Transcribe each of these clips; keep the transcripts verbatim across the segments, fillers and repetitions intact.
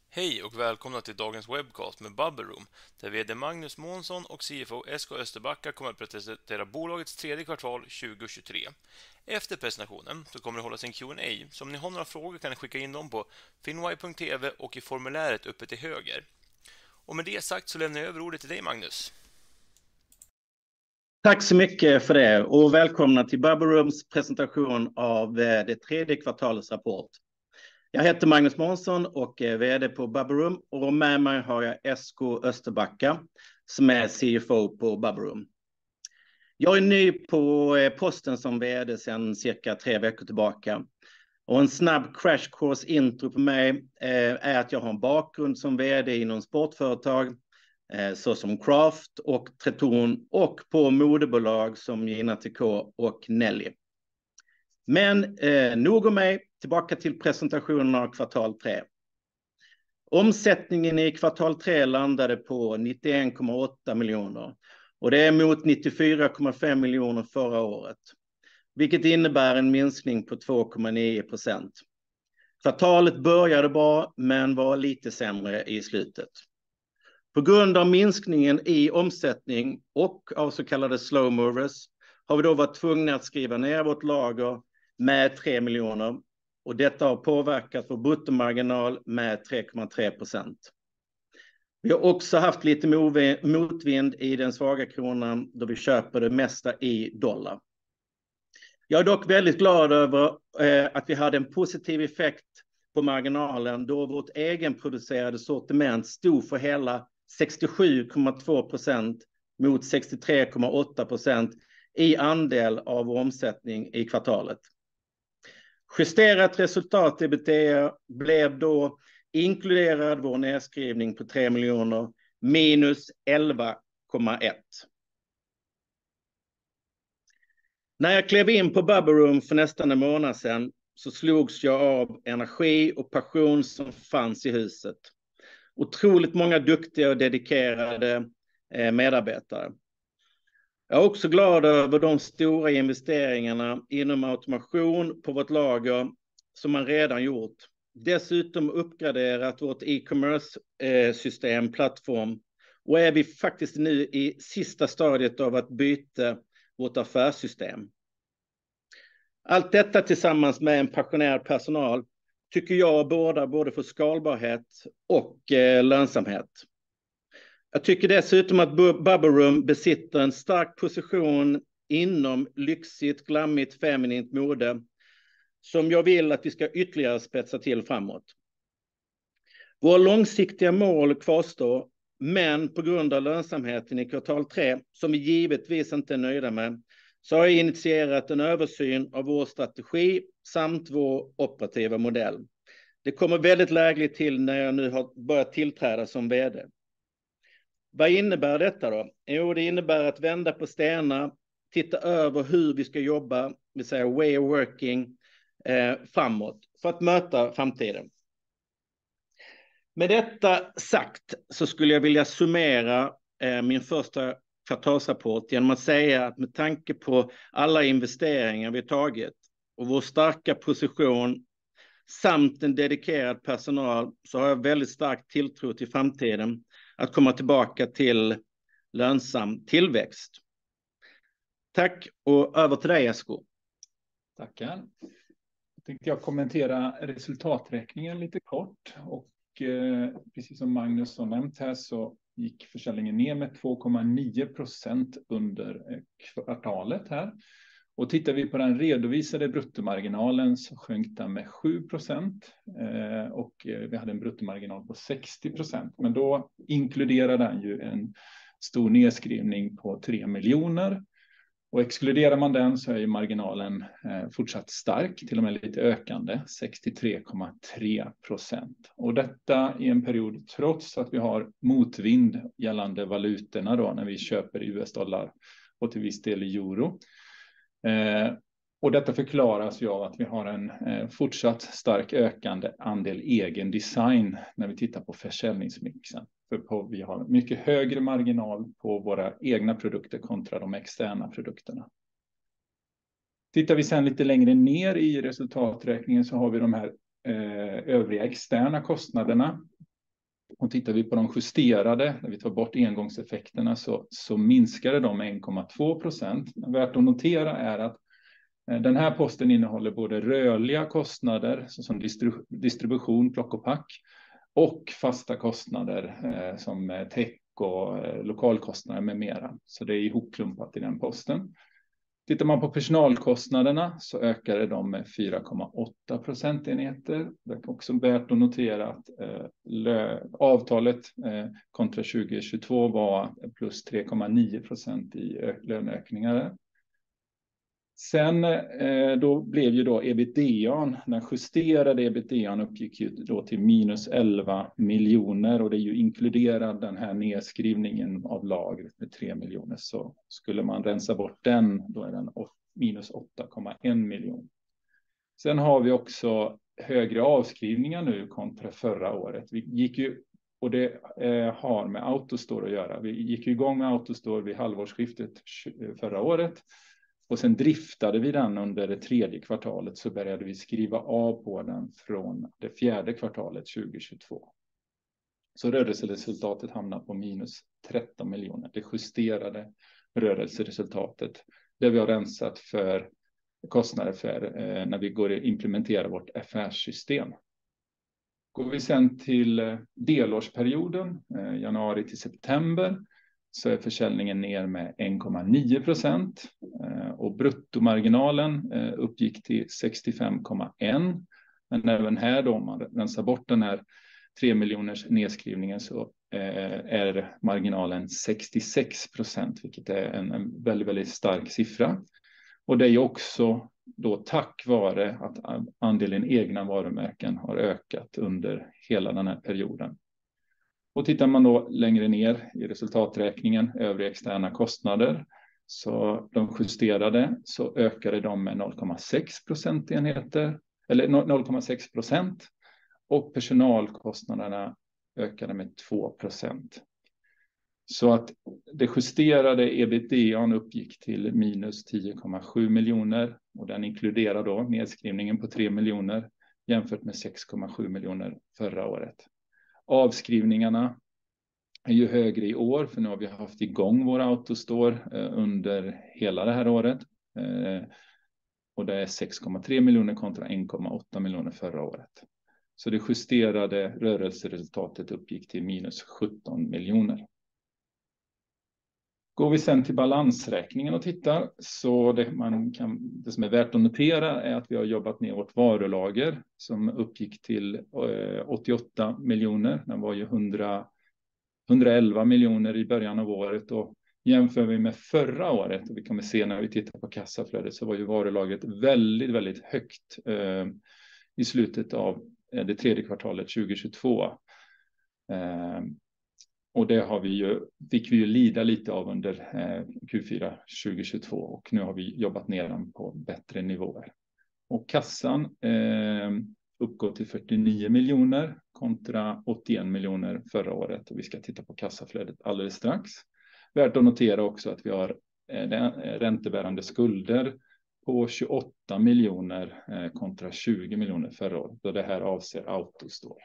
Hej och välkomna till dagens webcast med Bubble Room, där vd Magnus Månsson och C F O Esko Österbacka kommer att presentera bolagets tredje kvartal tjugohundratjugotre. Efter presentationen så kommer det hållas en Q and A, så om ni har några frågor kan ni skicka in dem på finwire punkt tv och i formuläret uppe till höger. Och med det sagt så lämnar jag över ordet till dig, Magnus. Tack så mycket för det och välkomna till Bubble Rooms presentation av det tredje kvartalets rapport. Jag heter Magnus Månsson och är vd på Bubble Room, och med mig har jag Esko Österbacka som är C F O på Bubble Room. Jag är ny på posten som vd sedan cirka tre veckor tillbaka. Och en snabb crash course intro på mig är att jag har en bakgrund som vd inom sportföretag såsom Craft och Tretorn och på moderbolag som Gina Tricot och Nelly. Men eh, nog om mig, tillbaka till presentationen av kvartal tre. Omsättningen i kvartal tre landade på nittioen komma åtta miljoner och det är mot nittiofyra komma fem miljoner förra året, vilket innebär en minskning på två komma nio procent. Kvartalet började bra men var lite sämre i slutet. På grund av minskningen i omsättning och av så kallade slow movers har vi då varit tvungna att skriva ner vårt lager med tre miljoner, och detta har påverkat vår bruttomarginal med tre komma tre procent. Vi har också haft lite motvind i den svaga kronan då vi köper det mesta i dollar. Jag är dock väldigt glad över eh, att vi hade en positiv effekt på marginalen då vårt egenproducerade sortiment stod för hela sextiosju komma två procent mot sextiotre komma åtta procent i andel av vår omsättning i kvartalet. Justerat resultat EBITDA blev då inkluderad vår nedskrivning på tre miljoner minus elva komma ett. När jag klev in på Bubble Room för nästan en månad sedan så slogs jag av energi och passion som fanns i huset. Otroligt många duktiga och dedikerade medarbetare. Jag är också glad över de stora investeringarna inom automation på vårt lager som man redan gjort. Dessutom uppgraderat vårt e-commerce system, och är vi faktiskt nu i sista stadiet av att byta vårt affärssystem. Allt detta tillsammans med en passionerad personal tycker jag båda både för skalbarhet och eh, lönsamhet. Jag tycker dessutom att Bubble Room besitter en stark position inom lyxigt, glammigt, feminint mode som jag vill att vi ska ytterligare spetsa till framåt. Våra långsiktiga mål kvarstår, men på grund av lönsamheten i kvartal tre, som vi givetvis inte är nöjda med, så har jag initierat en översyn av vår strategi samt vår operativa modell. Det kommer väldigt lägligt till när jag nu har börjat tillträda som vd. Vad innebär detta då? Jo, det innebär att vända på stenar, titta över hur vi ska jobba, vill säga way of working, eh, framåt för att möta framtiden. Med detta sagt så skulle jag vilja summera eh, min första kvartalsrapport genom att säga att med tanke på alla investeringar vi tagit och vår starka position samt en dedikerad personal, så har jag väldigt stark tilltro till framtiden att komma tillbaka till lönsam tillväxt. Tack, och över till dig, Esko. Tackar. Jag tänkte jag kommentera resultaträkningen lite kort, och eh, precis som Magnus har nämnt här så gick försäljningen ner med två komma nio procent under kvartalet här. Och tittar vi på den redovisade bruttomarginalen så sjönk den med sju procent eh, och vi hade en bruttomarginal på sextio procent. Men då inkluderar den ju en stor nedskrivning på tre miljoner. Och exkluderar man den så är ju marginalen eh, fortsatt stark, till och med lite ökande, sextiotre komma tre procent. Och detta i en period trots att vi har motvind gällande valutorna då när vi köper U S-dollar och till viss del euro. Eh, och detta förklaras ju av att vi har en eh, fortsatt stark ökande andel egen design när vi tittar på försäljningsmixen. För på, vi har mycket högre marginal på våra egna produkter kontra de externa produkterna. Tittar vi sen lite längre ner i resultaträkningen så har vi de här eh, övriga externa kostnaderna. Och tittar vi på de justerade, när vi tar bort engångseffekterna, så, så minskade de med en komma två procent. Värt att notera är att den här posten innehåller både rörliga kostnader, såsom distri- distribution, plock och pack, och fasta kostnader eh, som tech och eh, lokalkostnader med mera. Så det är ihopklumpat i den posten. Tittar man på personalkostnaderna så ökade de med fyra komma åtta procentenheter. Det är också värt att notera att eh, lö- avtalet eh, kontra tjugo tjugotvå var plus tre komma nio procent i ö- löneökningar. Sen eh, då blev ju då ebitda, den justerade ebitda uppgick ju då till minus elva miljoner, och det är ju inkluderad den här nedskrivningen av lagret med tre miljoner. Så skulle man rensa bort den, då är den minus åtta komma en miljon. Sen har vi också högre avskrivningar nu kontra förra året. Vi gick ju, och det eh, har med AutoStore att göra. Vi gick ju igång med AutoStore vid halvårsskiftet förra året. Och sen driftade vi den under det tredje kvartalet, så började vi skriva av på den från det fjärde kvartalet tjugo tjugotvå. Så rörelseresultatet hamnar på minus tretton miljoner. Det justerade rörelseresultatet där vi har rensat för kostnader för eh, när vi går att implementera vårt affärssystem. Går vi sen till eh, delårsperioden, eh, januari till september, så är försäljningen ner med en komma nio procent och bruttomarginalen uppgick till sextiofem komma ett. Men även här då, om man rensar bort den här tre miljoners nedskrivningen, så är marginalen sextiosex procent, vilket är en väldigt, väldigt stark siffra. Och det är också då tack vare att andelen egna varumärken har ökat under hela den här perioden. Och tittar man då längre ner i resultaträkningen, övriga externa kostnader, så de justerade, så ökade de med noll komma sex procentenheter, eller noll komma sex procent, och personalkostnaderna ökade med två procent. Så att det justerade ebitda uppgick till minus tio komma sju miljoner, och den inkluderar då nedskrivningen på tre miljoner jämfört med sex komma sju miljoner förra året. Avskrivningarna är ju högre i år, för nu har vi haft igång vår AutoStore under hela det här året. Och det är sex komma tre miljoner kontra en komma åtta miljoner förra året. Så det justerade rörelseresultatet uppgick till minus sjutton miljoner. Går vi sen till balansräkningen och tittar, så det, man kan, det som är värt att notera är att vi har jobbat ner vårt varulager som uppgick till eh, åttioåtta miljoner. Den var ju hundra, hundraelva miljoner i början av året, och jämför vi med förra året, och vi kommer se när vi tittar på kassaflödet, så var ju varulagret väldigt, väldigt högt eh, i slutet av eh, det tredje kvartalet tjugo tjugotvå. Eh, Och det har vi ju, fick vi ju lida lite av under eh, Q fyra tjugo tjugotvå, och nu har vi jobbat ner den på bättre nivåer. Och kassan eh, uppgår till fyrtionio miljoner kontra åttioen miljoner förra året, och vi ska titta på kassaflödet alldeles strax. Värt att notera också att vi har eh, räntebärande skulder på tjugoåtta miljoner eh, kontra tjugo miljoner förra året, och det här avser AutoStore.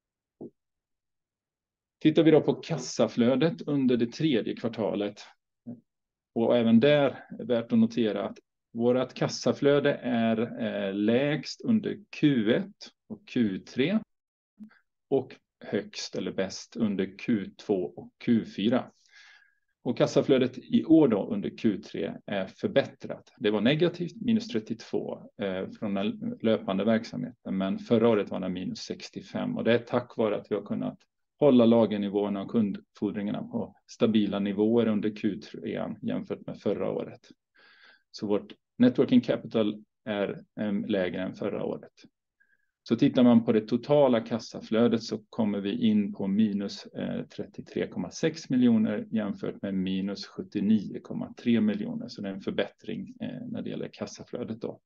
Tittar vi då på kassaflödet under det tredje kvartalet, och även där är värt att notera att vårt kassaflöde är eh, lägst under Q ett och Q tre och högst eller bäst under Q två och Q fyra. Och kassaflödet i år då under Q tre är förbättrat. Det var negativt, minus trettiotvå eh, från den löpande verksamheten, men förra året var det minus sextiofem, och det är tack vare att vi har kunnat hålla lagernivåerna och kundfordringarna på stabila nivåer under Q tre jämfört med förra året. Så vårt net working capital är um, lägre än förra året. Så tittar man på det totala kassaflödet, så kommer vi in på minus eh, trettiotre komma sex miljoner jämfört med minus sjuttionio komma tre miljoner. Så det är en förbättring eh, när det gäller kassaflödet då.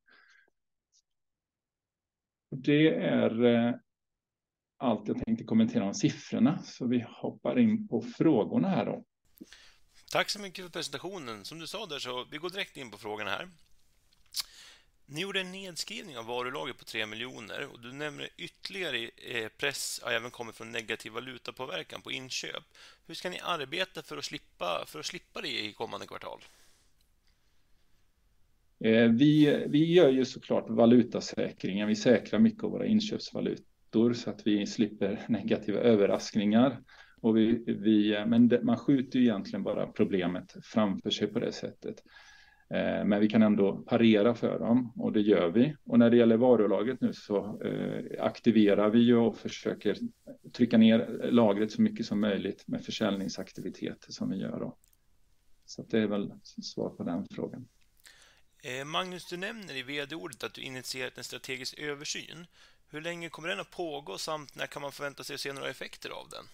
Det är eh, allt jag tänkte kommentera om siffrorna, så vi hoppar in på frågorna här då. Tack så mycket för presentationen. Som du sa där, så vi går direkt in på frågorna här. Ni gjorde en nedskrivning av varulager på tre miljoner och du nämner ytterligare press har även kommit från negativ valutapåverkan på inköp. Hur ska ni arbeta för att slippa, för att slippa det i kommande kvartal? Vi, vi gör ju såklart valutasäkringar. Vi säkrar mycket av våra inköpsvalutor så att vi slipper negativa överraskningar. Och vi, vi, men det, man skjuter ju egentligen bara problemet framför sig på det sättet. Men vi kan ändå parera för dem och det gör vi. Och när det gäller varulaget nu så eh, aktiverar vi ju och försöker trycka ner lagret så mycket som möjligt med försäljningsaktiviteter som vi gör då. Så det är väl svar på den frågan. Eh, Magnus, du nämner i vd-ordet att du initierat en strategisk översyn. Hur länge kommer den att pågå samt när kan man förvänta sig att se några effekter av den?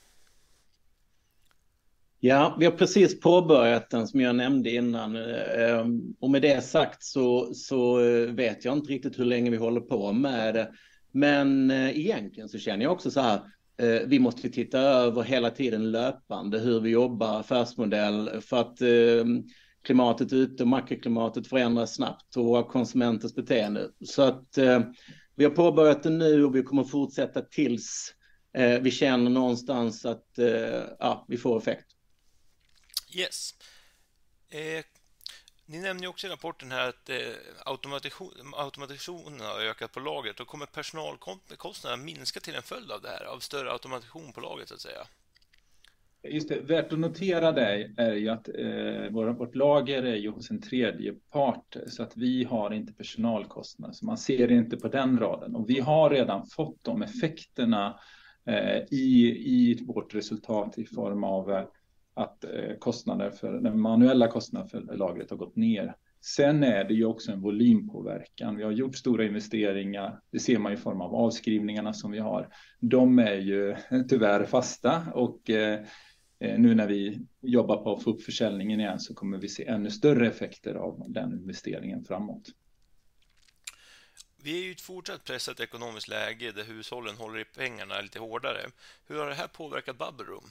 Ja, vi har precis påbörjat den som jag nämnde innan. Och med det sagt så, så vet jag inte riktigt hur länge vi håller på med det. Men egentligen så känner jag också så här, vi måste titta över hela tiden löpande hur vi jobbar affärsmodell för att klimatet ute och makroklimatet förändras snabbt och våra konsumenters beteende. Så att vi har påbörjat det nu och vi kommer fortsätta tills vi känner någonstans att ja, vi får effekt. Yes. Eh, ni nämner ju också i rapporten här att eh, automatisation, automatisationen har ökat på lagret och kommer personalkostnaderna minska till en följd av det här, av större automation på lagret så att säga. Just det, värt att notera det är ju att eh, vår, vårt lager är ju hos en tredje part så att vi har inte personalkostnader så man ser det inte på den raden och vi har redan fått de effekterna eh, i, i vårt resultat i form av eh, att eh, kostnader för den manuella kostnaden för lagret har gått ner. Sen är det ju också en volympåverkan. Vi har gjort stora investeringar. Det ser man i form av avskrivningarna som vi har. De är ju tyvärr fasta och eh, nu när vi jobbar på att få upp försäljningen igen så kommer vi se ännu större effekter av den investeringen framåt. Vi är ju i ett fortsatt pressat ekonomiskt läge där hushållen håller i pengarna lite hårdare. Hur har det här påverkat Bubble Room?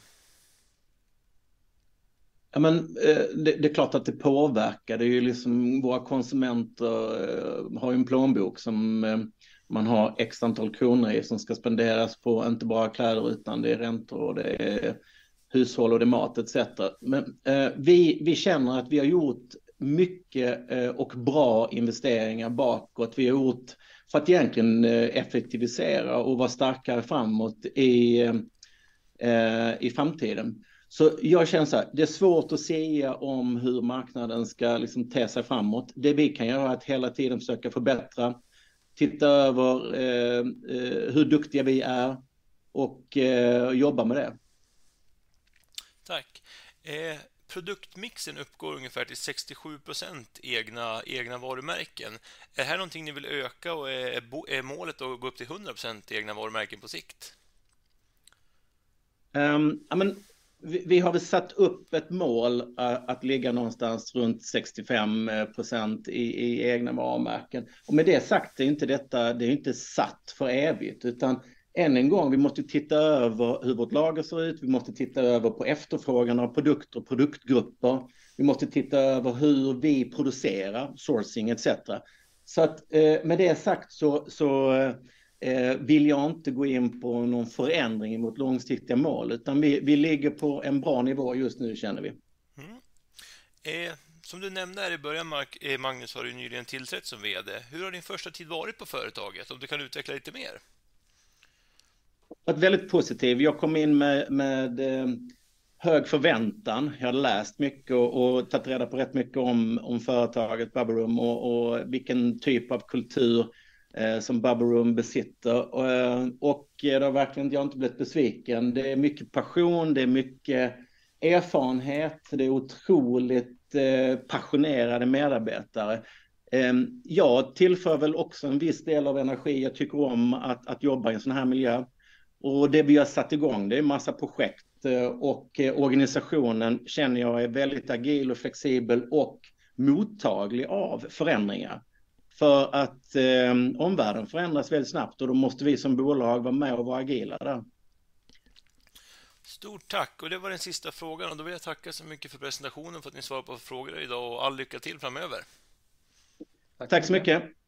Ja, men det, det är klart att det påverkar. Det är ju liksom våra konsumenter har ju en plånbok som man har x antal kronor i som ska spenderas på inte bara kläder utan det är räntor och det är hushåll och det är mat et cetera. Men eh, vi, vi känner att vi har gjort mycket eh, och bra investeringar bakåt. Vi har gjort för att egentligen eh, effektivisera och vara starkare framåt i, eh, i framtiden. Så jag känner så här, det är svårt att säga om hur marknaden ska liksom te sig framåt. Det vi kan göra är att hela tiden försöka förbättra, titta över eh, eh, hur duktiga vi är och eh, jobba med det. Tack. Eh, produktmixen uppgår ungefär till sextiosju procent egna, egna varumärken. Är det här någonting ni vill öka och är, är målet att gå upp till hundra procent egna varumärken på sikt? Um, ja, men vi, vi har väl satt upp ett mål uh, att ligga någonstans runt sextiofem procent i, i egna varumärken. Och med det sagt är inte detta, det är inte satt för evigt utan än en gång, vi måste titta över hur vårt lager ser ut. Vi måste titta över på efterfrågan av produkter och produktgrupper. Vi måste titta över hur vi producerar, sourcing et cetera. Så att eh, med det sagt så, så eh, vill jag inte gå in på någon förändring i vårt långsiktiga mål. Utan vi, vi ligger på en bra nivå just nu känner vi. Mm. Eh, som du nämnde här i början, Mark, eh, Magnus har ju nyligen tillträtt som vd. Hur har din första tid varit på företaget? Om du kan utveckla lite mer? Varit väldigt positiv. Jag kom in med, med eh, hög förväntan. Jag hade läst mycket och, och tagit reda på rätt mycket om, om företaget Bubble Room och, och vilken typ av kultur eh, som Bubble Room besitter. Och, eh, och det har verkligen, jag har inte blivit besviken. Det är mycket passion, det är mycket erfarenhet, det är otroligt eh, passionerade medarbetare. Eh, jag tillför väl också en viss del av energi. Jag tycker om att, att jobba i en sån här miljö. Och det vi har satt igång, det är en massa projekt och organisationen känner jag är väldigt agil och flexibel och mottaglig av förändringar. För att eh, omvärlden förändras väldigt snabbt och då måste vi som bolag vara med och vara agila där. Stort tack, och det var den sista frågan och då vill jag tacka så mycket för presentationen för att ni svarade på frågor idag och all lycka till framöver. Tack, tack så mycket.